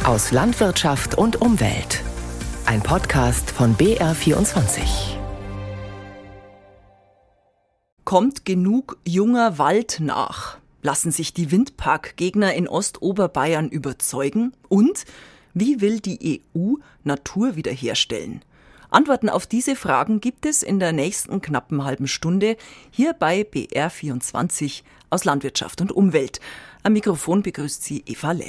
Aus Landwirtschaft und Umwelt. Ein Podcast von BR24. Kommt genug junger Wald nach? Lassen sich die Windparkgegner in Ostoberbayern überzeugen? Und wie will die EU Natur wiederherstellen? Antworten auf diese Fragen gibt es in der nächsten knappen halben Stunde hier bei BR24 aus Landwirtschaft und Umwelt. Am Mikrofon begrüßt sie Eva Lell.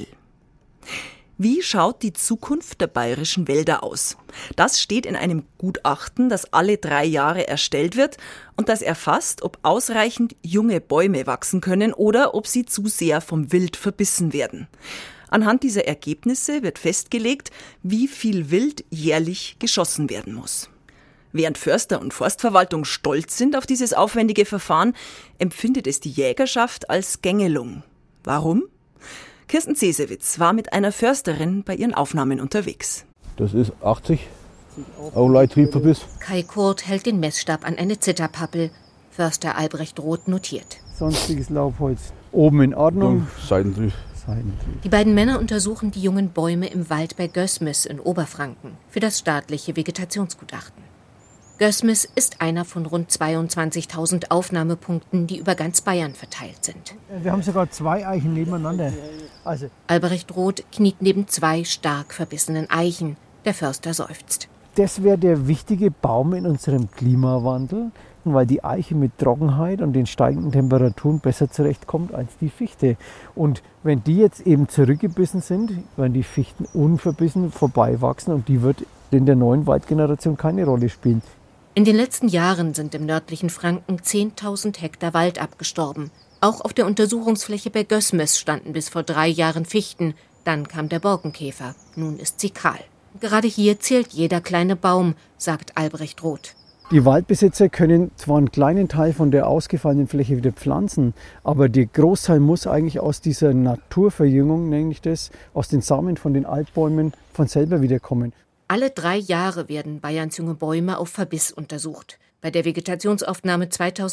Wie schaut die Zukunft der bayerischen Wälder aus? Das steht in einem Gutachten, das alle 3 Jahre erstellt wird und das erfasst, ob ausreichend junge Bäume wachsen können oder ob sie zu sehr vom Wild verbissen werden. Anhand dieser Ergebnisse wird festgelegt, wie viel Wild jährlich geschossen werden muss. Während Förster und Forstverwaltung stolz sind auf dieses aufwendige Verfahren, empfindet es die Jägerschaft als Gängelung. Warum? Kirsten Cesewitz war mit einer Försterin bei ihren Aufnahmen unterwegs. Das ist 80, auch leicht Triebverbiss. Kai Kurt hält den Messstab an eine Zitterpappel. Förster Albrecht Roth notiert. Sonstiges Laubholz. Oben in Ordnung. Seitentrieb. Die beiden Männer untersuchen die jungen Bäume im Wald bei Gößmis in Oberfranken für das staatliche Vegetationsgutachten. Gößmis ist einer von rund 22.000 Aufnahmepunkten, die über ganz Bayern verteilt sind. Wir haben sogar 2 Eichen nebeneinander. Albrecht Roth kniet neben 2 stark verbissenen Eichen. Der Förster seufzt. Das wäre der wichtige Baum in unserem Klimawandel, weil die Eiche mit Trockenheit und den steigenden Temperaturen besser zurechtkommt als die Fichte. Und wenn die jetzt eben zurückgebissen sind, werden die Fichten unverbissen vorbeiwachsen und die wird in der neuen Waldgeneration keine Rolle spielen. In den letzten Jahren sind im nördlichen Franken 10.000 Hektar Wald abgestorben. Auch auf der Untersuchungsfläche bei Gößmis standen bis vor 3 Jahren Fichten. Dann kam der Borkenkäfer. Nun ist sie kahl. Gerade hier zählt jeder kleine Baum, sagt Albrecht Roth. Die Waldbesitzer können zwar einen kleinen Teil von der ausgefallenen Fläche wieder pflanzen, aber der Großteil muss eigentlich aus dieser Naturverjüngung, nenne ich das, aus den Samen von den Altbäumen von selber wiederkommen. Alle 3 Jahre werden Bayerns junge Bäume auf Verbiss untersucht. Bei der Vegetationsaufnahme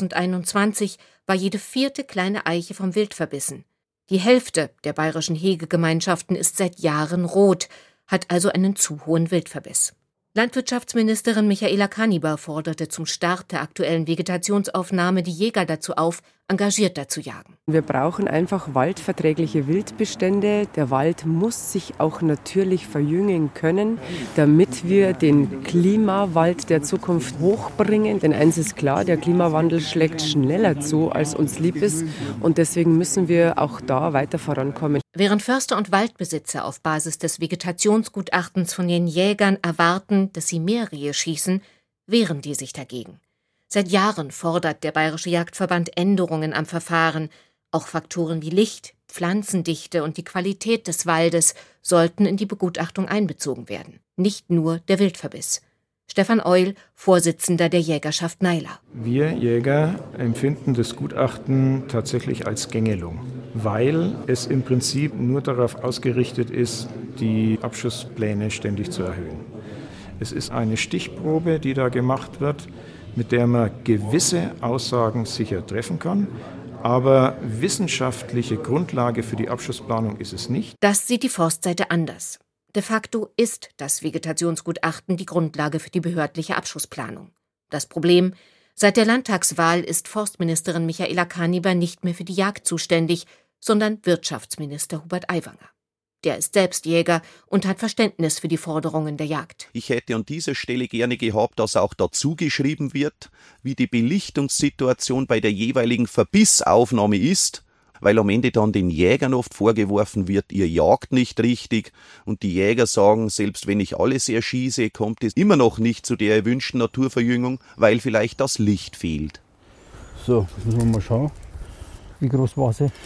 2021 war jede 4. kleine Eiche vom Wild verbissen. Die Hälfte der bayerischen Hegegemeinschaften ist seit Jahren rot, hat also einen zu hohen Wildverbiss. Landwirtschaftsministerin Michaela Kaniber forderte zum Start der aktuellen Vegetationsaufnahme die Jäger dazu auf, engagierter zu jagen. Wir brauchen einfach waldverträgliche Wildbestände. Der Wald muss sich auch natürlich verjüngen können, damit wir den Klimawald der Zukunft hochbringen. Denn eins ist klar, der Klimawandel schlägt schneller zu, als uns lieb ist. Und deswegen müssen wir auch da weiter vorankommen. Während Förster und Waldbesitzer auf Basis des Vegetationsgutachtens von den Jägern erwarten, dass sie mehr Rehe schießen, wehren die sich dagegen. Seit Jahren fordert der Bayerische Jagdverband Änderungen am Verfahren. Auch Faktoren wie Licht, Pflanzendichte und die Qualität des Waldes sollten in die Begutachtung einbezogen werden. Nicht nur der Wildverbiss. Stefan Eul, Vorsitzender der Jägerschaft Naila. Wir Jäger empfinden das Gutachten tatsächlich als Gängelung, weil es im Prinzip nur darauf ausgerichtet ist, die Abschusspläne ständig zu erhöhen. Es ist eine Stichprobe, die da gemacht wird, mit der man gewisse Aussagen sicher treffen kann, aber wissenschaftliche Grundlage für die Abschussplanung ist es nicht. Das sieht die Forstseite anders. De facto ist das Vegetationsgutachten die Grundlage für die behördliche Abschussplanung. Das Problem: Seit der Landtagswahl ist Forstministerin Michaela Kaniber nicht mehr für die Jagd zuständig, sondern Wirtschaftsminister Hubert Aiwanger. Der ist selbst Jäger und hat Verständnis für die Forderungen der Jagd. Ich hätte an dieser Stelle gerne gehabt, dass auch dazu geschrieben wird, wie die Belichtungssituation bei der jeweiligen Verbissaufnahme ist, weil am Ende dann den Jägern oft vorgeworfen wird, ihr jagt nicht richtig und die Jäger sagen, selbst wenn ich alles erschieße, kommt es immer noch nicht zu der erwünschten Naturverjüngung, weil vielleicht das Licht fehlt. So, jetzt müssen wir mal schauen. Wie groß war sie?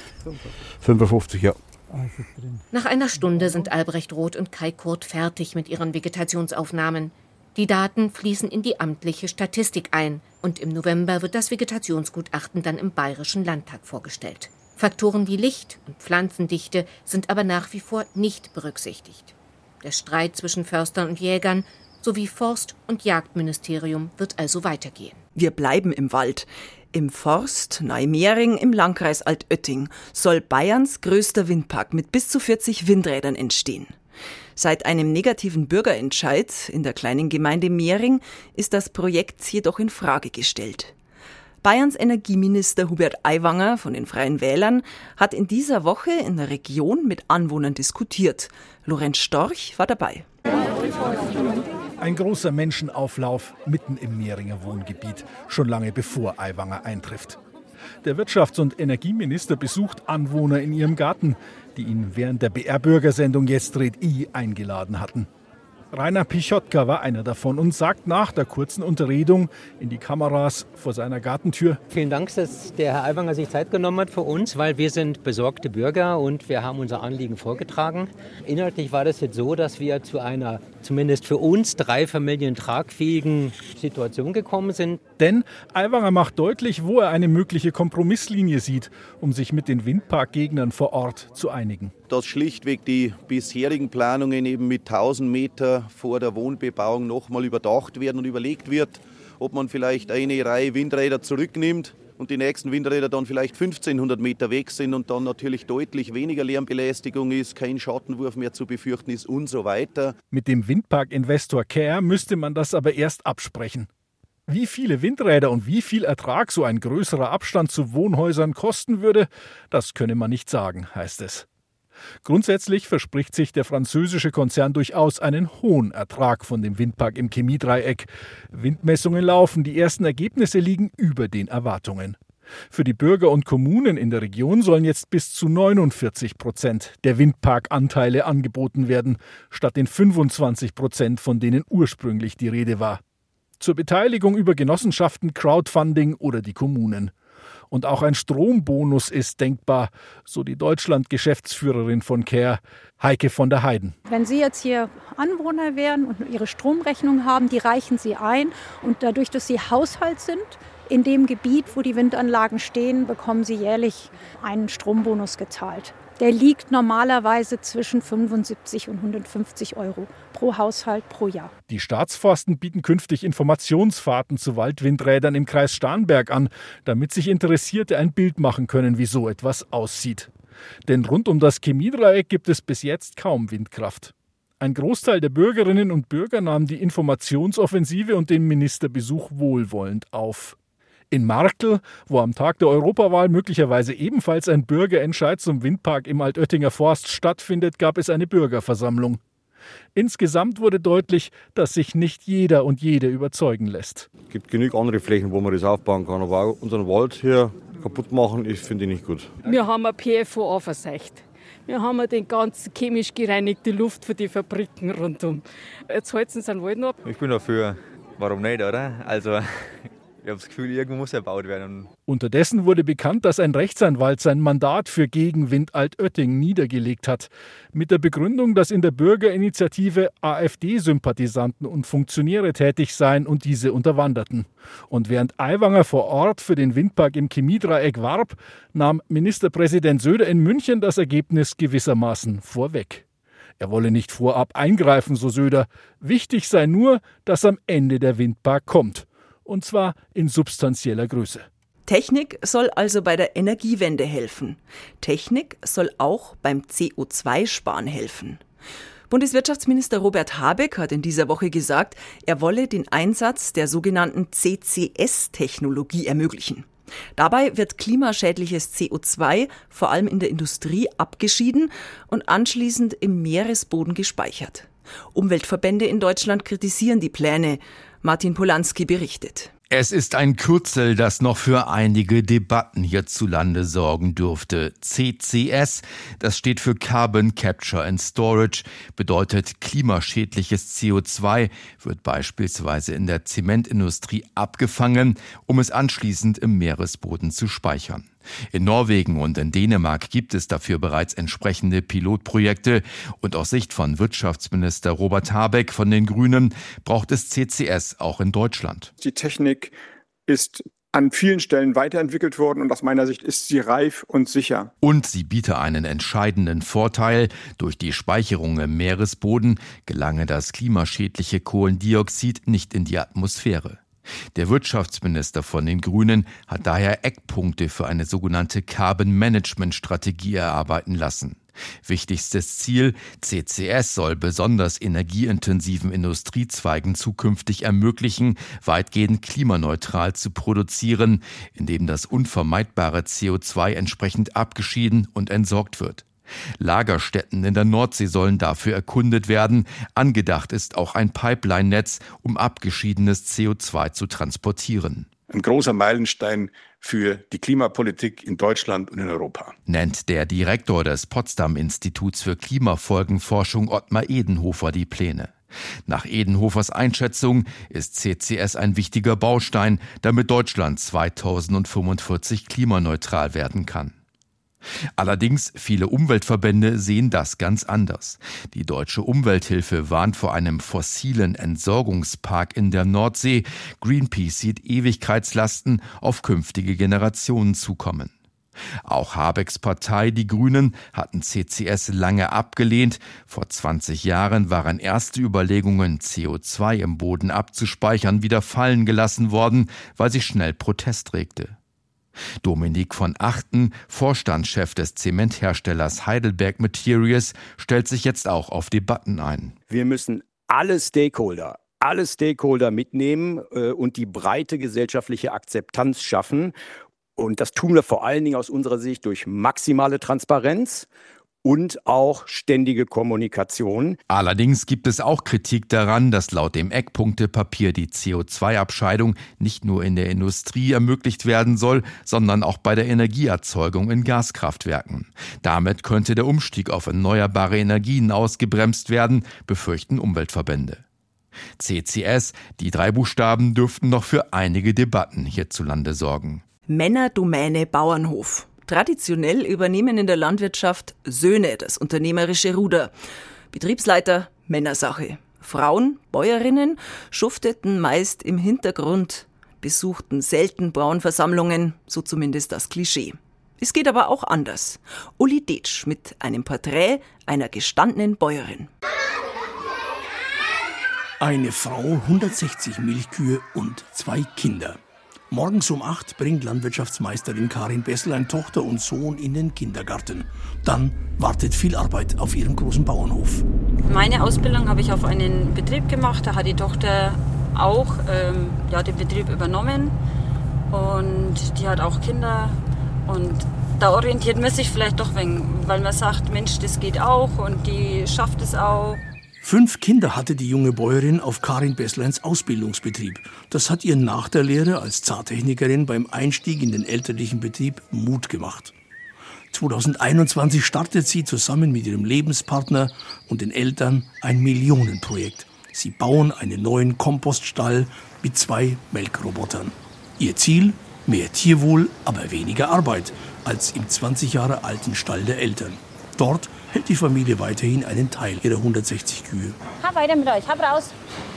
55, ja. Nach einer Stunde sind Albrecht Roth und Kai Kurt fertig mit ihren Vegetationsaufnahmen. Die Daten fließen in die amtliche Statistik ein und im November wird das Vegetationsgutachten dann im Bayerischen Landtag vorgestellt. Faktoren wie Licht und Pflanzendichte sind aber nach wie vor nicht berücksichtigt. Der Streit zwischen Förstern und Jägern sowie Forst- und Jagdministerium wird also weitergehen. Wir bleiben im Wald. Im Forst Neu-Mehring im Landkreis Altötting soll Bayerns größter Windpark mit bis zu 40 Windrädern entstehen. Seit einem negativen Bürgerentscheid in der kleinen Gemeinde Mehring ist das Projekt jedoch in Frage gestellt. Bayerns Energieminister Hubert Aiwanger von den Freien Wählern hat in dieser Woche in der Region mit Anwohnern diskutiert. Lorenz Storch war dabei. Ein großer Menschenauflauf mitten im Mehringer Wohngebiet, schon lange bevor Aiwanger eintrifft. Der Wirtschafts- und Energieminister besucht Anwohner in ihrem Garten, die ihn während der BR-Bürgersendung Jetzt dreht I eingeladen hatten. Rainer Pichotka war einer davon und sagt nach der kurzen Unterredung in die Kameras vor seiner Gartentür: Vielen Dank, dass der Herr Aiwanger sich Zeit genommen hat für uns, weil wir sind besorgte Bürger und wir haben unser Anliegen vorgetragen. Inhaltlich war das jetzt so, dass wir zu einer zumindest für uns 3 Familien tragfähigen Situation gekommen sind. Denn Aiwanger macht deutlich, wo er eine mögliche Kompromisslinie sieht, um sich mit den Windparkgegnern vor Ort zu einigen. Dass schlichtweg die bisherigen Planungen eben mit 1000 Meter vor der Wohnbebauung nochmal überdacht werden und überlegt wird, ob man vielleicht eine Reihe Windräder zurücknimmt und die nächsten Windräder dann vielleicht 1500 Meter weg sind und dann natürlich deutlich weniger Lärmbelästigung ist, kein Schattenwurf mehr zu befürchten ist und so weiter. Mit dem Windparkinvestor Care müsste man das aber erst absprechen. Wie viele Windräder und wie viel Ertrag so ein größerer Abstand zu Wohnhäusern kosten würde, das könne man nicht sagen, heißt es. Grundsätzlich verspricht sich der französische Konzern durchaus einen hohen Ertrag von dem Windpark im Chemiedreieck. Windmessungen laufen, die ersten Ergebnisse liegen über den Erwartungen. Für die Bürger und Kommunen in der Region sollen jetzt bis zu 49% der Windparkanteile angeboten werden, statt den 25%, von denen ursprünglich die Rede war. Zur Beteiligung über Genossenschaften, Crowdfunding oder die Kommunen. Und auch ein Strombonus ist denkbar, so die Deutschland-Geschäftsführerin von Care, Heike von der Heiden. Wenn Sie jetzt hier Anwohner wären und Ihre Stromrechnung haben, die reichen Sie ein. Und dadurch, dass Sie Haushalt sind, in dem Gebiet, wo die Windanlagen stehen, bekommen Sie jährlich einen Strombonus gezahlt. Der liegt normalerweise zwischen 75 und 150 € pro Haushalt pro Jahr. Die Staatsforsten bieten künftig Informationsfahrten zu Waldwindrädern im Kreis Starnberg an, damit sich Interessierte ein Bild machen können, wie so etwas aussieht. Denn rund um das Chemiedreieck gibt es bis jetzt kaum Windkraft. Ein Großteil der Bürgerinnen und Bürger nahm die Informationsoffensive und den Ministerbesuch wohlwollend auf. In Marktl, wo am Tag der Europawahl möglicherweise ebenfalls ein Bürgerentscheid zum Windpark im Altöttinger Forst stattfindet, gab es eine Bürgerversammlung. Insgesamt wurde deutlich, dass sich nicht jeder und jede überzeugen lässt. Es gibt genug andere Flächen, wo man das aufbauen kann, aber auch unseren Wald hier kaputt machen, finde ich nicht gut. Wir haben ein PFOA verseucht. Wir haben den ganzen chemisch gereinigte Luft für die Fabriken rundum. Jetzt halten sie den Wald noch ab. Ich bin dafür. Warum nicht, oder? Also ich habe das Gefühl, irgendwo muss erbaut werden. Unterdessen wurde bekannt, dass ein Rechtsanwalt sein Mandat für Gegenwind Altötting niedergelegt hat. Mit der Begründung, dass in der Bürgerinitiative AfD-Sympathisanten und Funktionäre tätig seien und diese unterwanderten. Und während Aiwanger vor Ort für den Windpark im Chemiedreieck warb, nahm Ministerpräsident Söder in München das Ergebnis gewissermaßen vorweg. Er wolle nicht vorab eingreifen, so Söder. Wichtig sei nur, dass am Ende der Windpark kommt. Und zwar in substanzieller Größe. Technik soll also bei der Energiewende helfen. Technik soll auch beim CO2-Sparen helfen. Bundeswirtschaftsminister Robert Habeck hat in dieser Woche gesagt, er wolle den Einsatz der sogenannten CCS-Technologie ermöglichen. Dabei wird klimaschädliches CO2 vor allem in der Industrie abgeschieden und anschließend im Meeresboden gespeichert. Umweltverbände in Deutschland kritisieren die Pläne. Martin Polanski berichtet. Es ist ein Kürzel, das noch für einige Debatten hierzulande sorgen dürfte. CCS, das steht für Carbon Capture and Storage, bedeutet klimaschädliches CO2, wird beispielsweise in der Zementindustrie abgefangen, um es anschließend im Meeresboden zu speichern. In Norwegen und in Dänemark gibt es dafür bereits entsprechende Pilotprojekte und aus Sicht von Wirtschaftsminister Robert Habeck von den Grünen braucht es CCS auch in Deutschland. Die Technik ist an vielen Stellen weiterentwickelt worden und aus meiner Sicht ist sie reif und sicher. Und sie biete einen entscheidenden Vorteil. Durch die Speicherung im Meeresboden gelange das klimaschädliche Kohlendioxid nicht in die Atmosphäre. Der Wirtschaftsminister von den Grünen hat daher Eckpunkte für eine sogenannte Carbon-Management-Strategie erarbeiten lassen. Wichtigstes Ziel: CCS soll besonders energieintensiven Industriezweigen zukünftig ermöglichen, weitgehend klimaneutral zu produzieren, indem das unvermeidbare CO2 entsprechend abgeschieden und entsorgt wird. Lagerstätten in der Nordsee sollen dafür erkundet werden. Angedacht ist auch ein Pipeline-Netz, um abgeschiedenes CO2 zu transportieren. Ein großer Meilenstein für die Klimapolitik in Deutschland und in Europa. Nennt der Direktor des Potsdam-Instituts für Klimafolgenforschung Ottmar Edenhofer die Pläne. Nach Edenhofers Einschätzung ist CCS ein wichtiger Baustein, damit Deutschland 2045 klimaneutral werden kann. Allerdings, viele Umweltverbände sehen das ganz anders. Die Deutsche Umwelthilfe warnt vor einem fossilen Entsorgungspark in der Nordsee. Greenpeace sieht Ewigkeitslasten auf künftige Generationen zukommen. Auch Habecks Partei, die Grünen, hatten CCS lange abgelehnt. Vor 20 Jahren waren erste Überlegungen, CO2 im Boden abzuspeichern, wieder fallen gelassen worden, weil sich schnell Protest regte. Dominik von Achten, Vorstandschef des Zementherstellers Heidelberg Materials, stellt sich jetzt auch auf Debatten ein. Wir müssen alle Stakeholder mitnehmen und die breite gesellschaftliche Akzeptanz schaffen. Und das tun wir vor allen Dingen aus unserer Sicht durch maximale Transparenz und auch ständige Kommunikation. Allerdings gibt es auch Kritik daran, dass laut dem Eckpunktepapier die CO2-Abscheidung nicht nur in der Industrie ermöglicht werden soll, sondern auch bei der Energieerzeugung in Gaskraftwerken. Damit könnte der Umstieg auf erneuerbare Energien ausgebremst werden, befürchten Umweltverbände. CCS, die 3 Buchstaben, dürften noch für einige Debatten hierzulande sorgen. Männerdomäne Bauernhof. Traditionell übernehmen in der Landwirtschaft Söhne das unternehmerische Ruder. Betriebsleiter, Männersache. Frauen, Bäuerinnen, schufteten meist im Hintergrund, besuchten selten Bauernversammlungen, so zumindest das Klischee. Es geht aber auch anders. Uli Detsch mit einem Porträt einer gestandenen Bäuerin. Eine Frau, 160 Milchkühe und 2 Kinder. Morgens um 8 bringt Landwirtschaftsmeisterin Karin Besslein Tochter und Sohn in den Kindergarten. Dann wartet viel Arbeit auf ihrem großen Bauernhof. Meine Ausbildung habe ich auf einen Betrieb gemacht. Da hat die Tochter auch den Betrieb übernommen. Und die hat auch Kinder. Und da orientiert man sich vielleicht doch wegen, weil man sagt, Mensch, das geht auch und die schafft es auch. 5 Kinder hatte die junge Bäuerin auf Karin Bessleins Ausbildungsbetrieb. Das hat ihr nach der Lehre als Zahrtechnikerin beim Einstieg in den elterlichen Betrieb Mut gemacht. 2021 startet sie zusammen mit ihrem Lebenspartner und den Eltern ein Millionenprojekt. Sie bauen einen neuen Kompoststall mit 2 Melkrobotern. Ihr Ziel? Mehr Tierwohl, aber weniger Arbeit als im 20 Jahre alten Stall der Eltern. Dort hält die Familie weiterhin einen Teil ihrer 160 Kühe. Hab weiter mit euch, hab raus.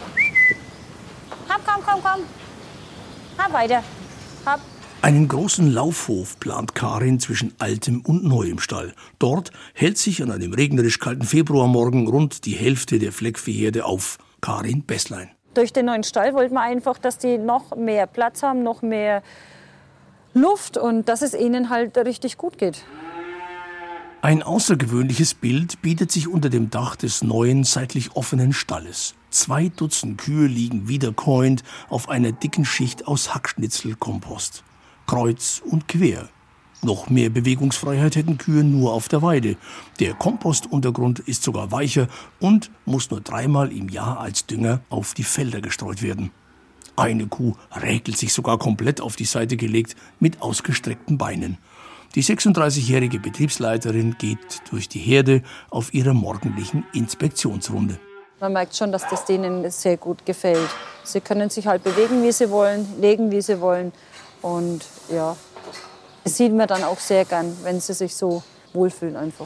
Hab, komm. Hab weiter, hab. Einen großen Laufhof plant Karin zwischen altem und neuem Stall. Dort hält sich an einem regnerisch kalten Februarmorgen rund die Hälfte der Fleckviehherde auf. Karin Besslein. Durch den neuen Stall wollten wir einfach, dass die noch mehr Platz haben, noch mehr Luft und dass es ihnen halt richtig gut geht. Ein außergewöhnliches Bild bietet sich unter dem Dach des neuen, seitlich offenen Stalles. 2 Dutzend Kühe liegen wiederkäuend auf einer dicken Schicht aus Hackschnitzelkompost. Kreuz und quer. Noch mehr Bewegungsfreiheit hätten Kühe nur auf der Weide. Der Kompostuntergrund ist sogar weicher und muss nur 3-mal im Jahr als Dünger auf die Felder gestreut werden. Eine Kuh räkelt sich sogar komplett auf die Seite gelegt mit ausgestreckten Beinen. Die 36-jährige Betriebsleiterin geht durch die Herde auf ihrer morgendlichen Inspektionsrunde. Man merkt schon, dass das denen sehr gut gefällt. Sie können sich halt bewegen, wie sie wollen, legen, wie sie wollen. Und ja, das sieht man dann auch sehr gern, wenn sie sich so wohlfühlen einfach.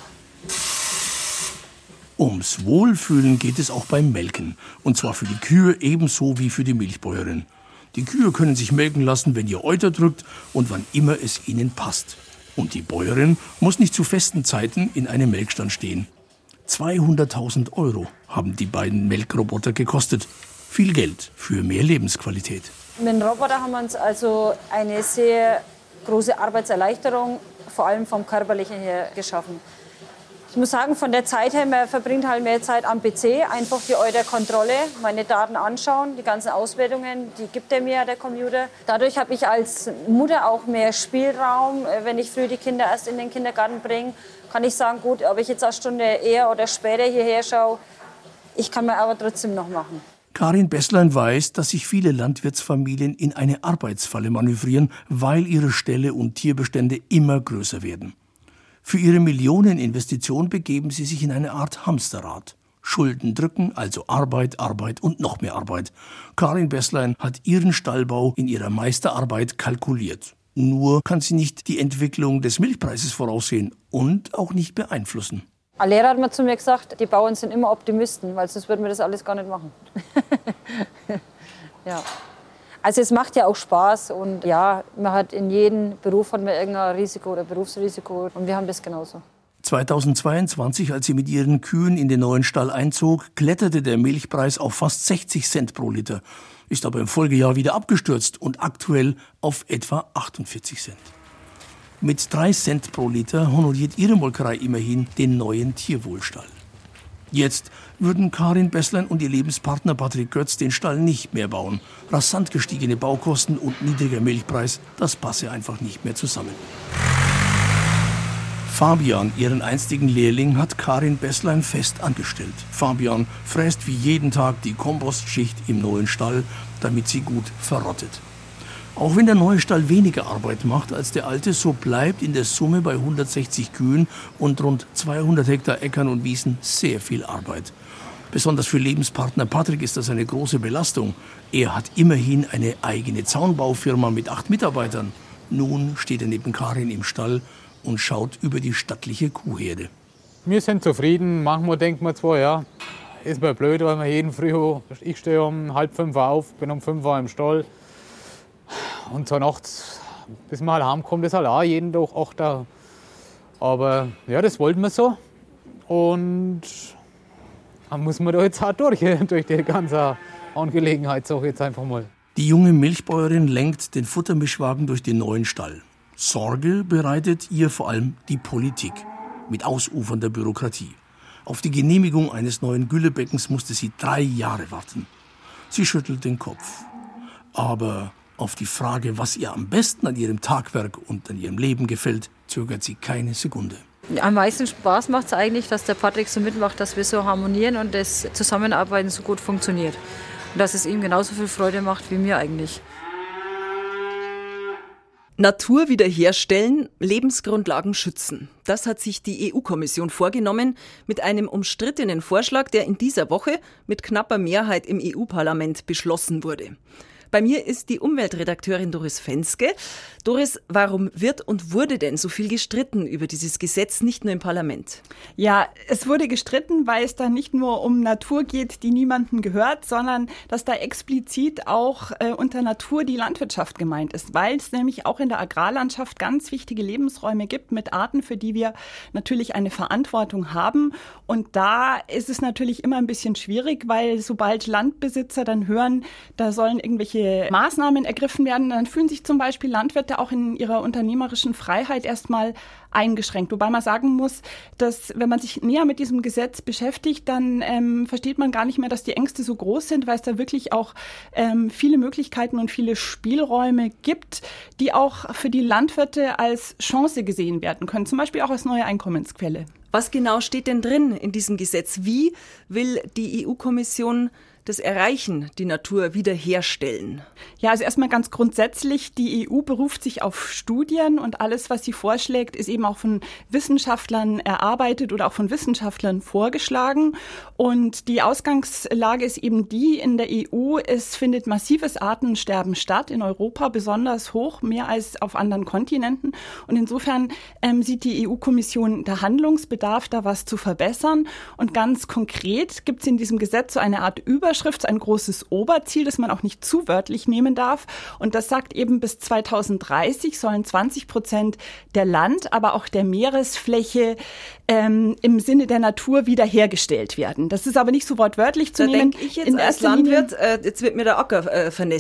Ums Wohlfühlen geht es auch beim Melken. Und zwar für die Kühe ebenso wie für die Milchbäuerin. Die Kühe können sich melken lassen, wenn ihr Euter drückt und wann immer es ihnen passt. Und die Bäuerin muss nicht zu festen Zeiten in einem Melkstand stehen. 200.000 € haben die beiden Melkroboter gekostet. Viel Geld für mehr Lebensqualität. Mit dem Roboter haben wir uns also eine sehr große Arbeitserleichterung, vor allem vom Körperlichen her, geschaffen. Ich muss sagen, von der Zeit her, man verbringt halt mehr Zeit am PC, einfach die Euler-Kontrolle, meine Daten anschauen, die ganzen Auswertungen, die gibt mir der Computer. Dadurch habe ich als Mutter auch mehr Spielraum. Wenn ich früh die Kinder erst in den Kindergarten bringe, kann ich sagen, gut, ob ich jetzt eine Stunde eher oder später hierher schaue, ich kann mir aber trotzdem noch machen. Karin Besslein weiß, dass sich viele Landwirtsfamilien in eine Arbeitsfalle manövrieren, weil ihre Ställe und Tierbestände immer größer werden. Für ihre Millioneninvestition begeben sie sich in eine Art Hamsterrad. Schulden drücken, also Arbeit, Arbeit und noch mehr Arbeit. Karin Besslein hat ihren Stallbau in ihrer Meisterarbeit kalkuliert. Nur kann sie nicht die Entwicklung des Milchpreises voraussehen und auch nicht beeinflussen. Ein Lehrer hat mir zu mir gesagt, die Bauern sind immer Optimisten, weil sonst würden wir das alles gar nicht machen. Ja. Also es macht ja auch Spaß und ja, man hat in jedem Beruf hat man irgendein Risiko oder Berufsrisiko und wir haben das genauso. 2022, als sie mit ihren Kühen in den neuen Stall einzog, kletterte der Milchpreis auf fast 60 Cent pro Liter, ist aber im Folgejahr wieder abgestürzt und aktuell auf etwa 48 Cent. Mit 3 Cent pro Liter honoriert ihre Molkerei immerhin den neuen Tierwohlstall. Jetzt würden Karin Besslein und ihr Lebenspartner Patrick Götz den Stall nicht mehr bauen. Rasant gestiegene Baukosten und niedriger Milchpreis, das passe einfach nicht mehr zusammen. Fabian, ihren einstigen Lehrling, hat Karin Besslein fest angestellt. Fabian fräst wie jeden Tag die Kompostschicht im neuen Stall, damit sie gut verrottet. Auch wenn der neue Stall weniger Arbeit macht als der alte, so bleibt in der Summe bei 160 Kühen und rund 200 Hektar Äckern und Wiesen sehr viel Arbeit. Besonders für Lebenspartner Patrick ist das eine große Belastung. Er hat immerhin eine eigene Zaunbaufirma mit 8 Mitarbeitern. Nun steht er neben Karin im Stall und schaut über die stattliche Kuhherde. Wir sind zufrieden. Manchmal denkt man zwar, ja, ist mir blöd, weil man jeden Früh, ich stehe um 4:30 auf, bin um 5 Uhr im Stall. Und so nachts, bis man halt heimkommt, ist halt auch jeden Tag 8 Uhr. Aber ja, das wollten wir so. Und dann muss man da jetzt auch durch die ganze Angelegenheit, sag ich jetzt einfach mal. Die junge Milchbäuerin lenkt den Futtermischwagen durch den neuen Stall. Sorge bereitet ihr vor allem die Politik mit ausufernder Bürokratie. Auf die Genehmigung eines neuen Güllebeckens musste sie 3 Jahre warten. Sie schüttelt den Kopf. Aber auf die Frage, was ihr am besten an ihrem Tagwerk und an ihrem Leben gefällt, zögert sie keine Sekunde. Am meisten Spaß macht es eigentlich, dass der Patrick so mitmacht, dass wir so harmonieren und das Zusammenarbeiten so gut funktioniert. Und dass es ihm genauso viel Freude macht wie mir eigentlich. Natur wiederherstellen, Lebensgrundlagen schützen. Das hat sich die EU-Kommission vorgenommen mit einem umstrittenen Vorschlag, der in dieser Woche mit knapper Mehrheit im EU-Parlament beschlossen wurde. Bei mir ist die Umweltredakteurin Doris Fenske. Doris, warum wird und wurde denn so viel gestritten über dieses Gesetz, nicht nur im Parlament? Ja, es wurde gestritten, weil es da nicht nur um Natur geht, die niemandem gehört, sondern dass da explizit auch unter Natur die Landwirtschaft gemeint ist, weil es nämlich auch in der Agrarlandschaft ganz wichtige Lebensräume gibt mit Arten, für die wir natürlich eine Verantwortung haben. Und da ist es natürlich immer ein bisschen schwierig, weil sobald Landbesitzer dann hören, da sollen irgendwelche Maßnahmen ergriffen werden, dann fühlen sich zum Beispiel Landwirte auch in ihrer unternehmerischen Freiheit erstmal eingeschränkt. Wobei man sagen muss, dass wenn man sich näher mit diesem Gesetz beschäftigt, dann versteht man gar nicht mehr, dass die Ängste so groß sind, weil es da wirklich auch viele Möglichkeiten und viele Spielräume gibt, die auch für die Landwirte als Chance gesehen werden können, zum Beispiel auch als neue Einkommensquelle. Was genau steht denn drin in diesem Gesetz? Wie will die EU-Kommission das erreichen, die Natur wiederherstellen? Ja, also erstmal ganz grundsätzlich, die EU beruft sich auf Studien und alles, was sie vorschlägt, ist eben auch von Wissenschaftlern erarbeitet oder auch von Wissenschaftlern vorgeschlagen. Und die Ausgangslage ist eben die in der EU, es findet massives Artensterben statt, in Europa besonders hoch, mehr als auf anderen Kontinenten. Und insofern sieht die EU-Kommission da Handlungsbedarf, da was zu verbessern. Und ganz konkret gibt es in diesem Gesetz so eine Art Überschrift, ein großes Oberziel, das man auch nicht zu wörtlich nehmen darf. Und das sagt eben, bis 2030 sollen 20% der Land-, aber auch der Meeresfläche im Sinne der Natur wiederhergestellt werden. Das ist aber nicht so wortwörtlich zu nehmen. Da denke ich jetzt als Landwirt, jetzt wird mir der Acker vernässt.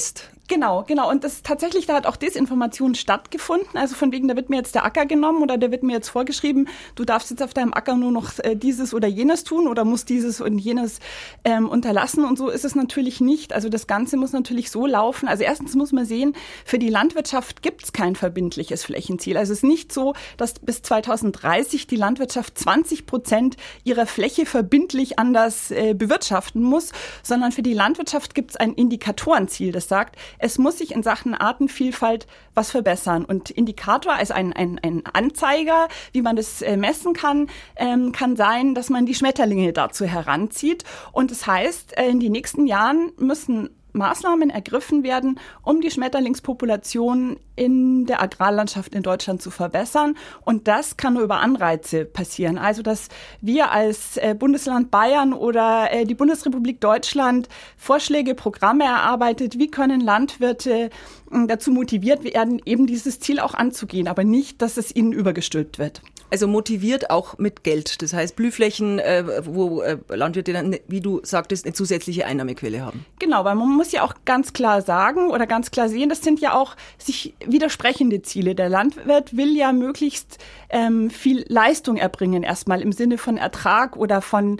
Genau. Und das tatsächlich, da hat auch Desinformation stattgefunden. Also von wegen, da wird mir jetzt der Acker genommen oder da wird mir jetzt vorgeschrieben, du darfst jetzt auf deinem Acker nur noch dieses oder jenes tun oder musst dieses und jenes unterlassen. Und so ist es natürlich nicht. Also das Ganze muss natürlich so laufen. Also erstens muss man sehen, für die Landwirtschaft gibt es kein verbindliches Flächenziel. Also es ist nicht so, dass bis 2030 die Landwirtschaft 20% ihrer Fläche verbindlich anders bewirtschaften muss, sondern für die Landwirtschaft gibt es ein Indikatorenziel, das sagt, es muss sich in Sachen Artenvielfalt was verbessern. Und Indikator, also ein Anzeiger, wie man das messen kann, kann sein, dass man die Schmetterlinge dazu heranzieht. Und das heißt, in den nächsten Jahren müssen Maßnahmen ergriffen werden, um die Schmetterlingspopulation in der Agrarlandschaft in Deutschland zu verbessern. Und das kann nur über Anreize passieren. Also, dass wir als Bundesland Bayern oder die Bundesrepublik Deutschland Vorschläge, Programme erarbeitet, wie können Landwirte dazu motiviert werden, eben dieses Ziel auch anzugehen, aber nicht, dass es ihnen übergestülpt wird. Also motiviert auch mit Geld. Das heißt Blühflächen, wo Landwirte dann, wie du sagtest, eine zusätzliche Einnahmequelle haben. Genau, weil man muss ja auch ganz klar sagen oder ganz klar sehen, das sind ja auch sich widersprechende Ziele. Der Landwirt will ja möglichst viel Leistung erbringen, erstmal im Sinne von Ertrag oder von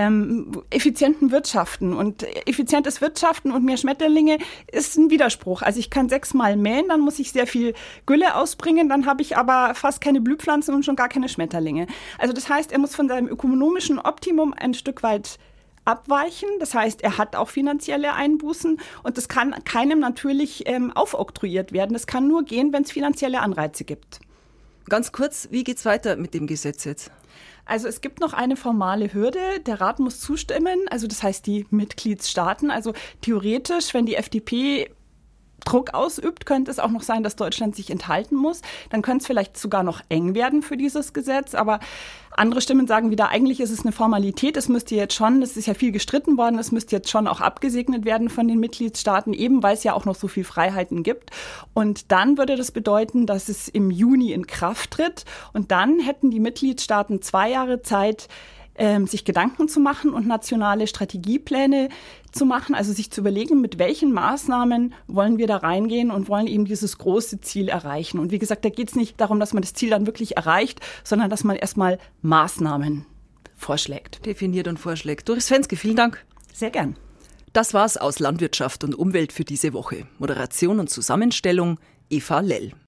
effizienten Wirtschaften. Und effizientes Wirtschaften und mehr Schmetterlinge ist ein Widerspruch. Also ich kann 6-mal mähen, dann muss ich sehr viel Gülle ausbringen, dann habe ich aber fast keine Blühpflanzen und schon gar keine Schmetterlinge. Also das heißt, er muss von seinem ökonomischen Optimum ein Stück weit abweichen. Das heißt, er hat auch finanzielle Einbußen und das kann keinem natürlich aufoktroyiert werden. Das kann nur gehen, wenn es finanzielle Anreize gibt. Ganz kurz, wie geht's weiter mit dem Gesetz jetzt? Also es gibt noch eine formale Hürde. Der Rat muss zustimmen, also das heißt die Mitgliedstaaten. Also theoretisch, wenn die FDP Druck ausübt, könnte es auch noch sein, dass Deutschland sich enthalten muss. Dann könnte es vielleicht sogar noch eng werden für dieses Gesetz. Aber andere Stimmen sagen wieder, eigentlich ist es eine Formalität. Es müsste jetzt schon, es ist ja viel gestritten worden, es müsste jetzt schon auch abgesegnet werden von den Mitgliedstaaten, eben weil es ja auch noch so viel Freiheiten gibt. Und dann würde das bedeuten, dass es im Juni in Kraft tritt. Und dann hätten die Mitgliedstaaten 2 Jahre Zeit, sich Gedanken zu machen und nationale Strategiepläne zu machen, also sich zu überlegen, mit welchen Maßnahmen wollen wir da reingehen und wollen eben dieses große Ziel erreichen. Und wie gesagt, da geht es nicht darum, dass man das Ziel dann wirklich erreicht, sondern dass man erstmal Maßnahmen vorschlägt. Definiert und vorschlägt. Doris Fenske, vielen Dank. Sehr gern. Das war's aus Landwirtschaft und Umwelt für diese Woche. Moderation und Zusammenstellung Eva Lell.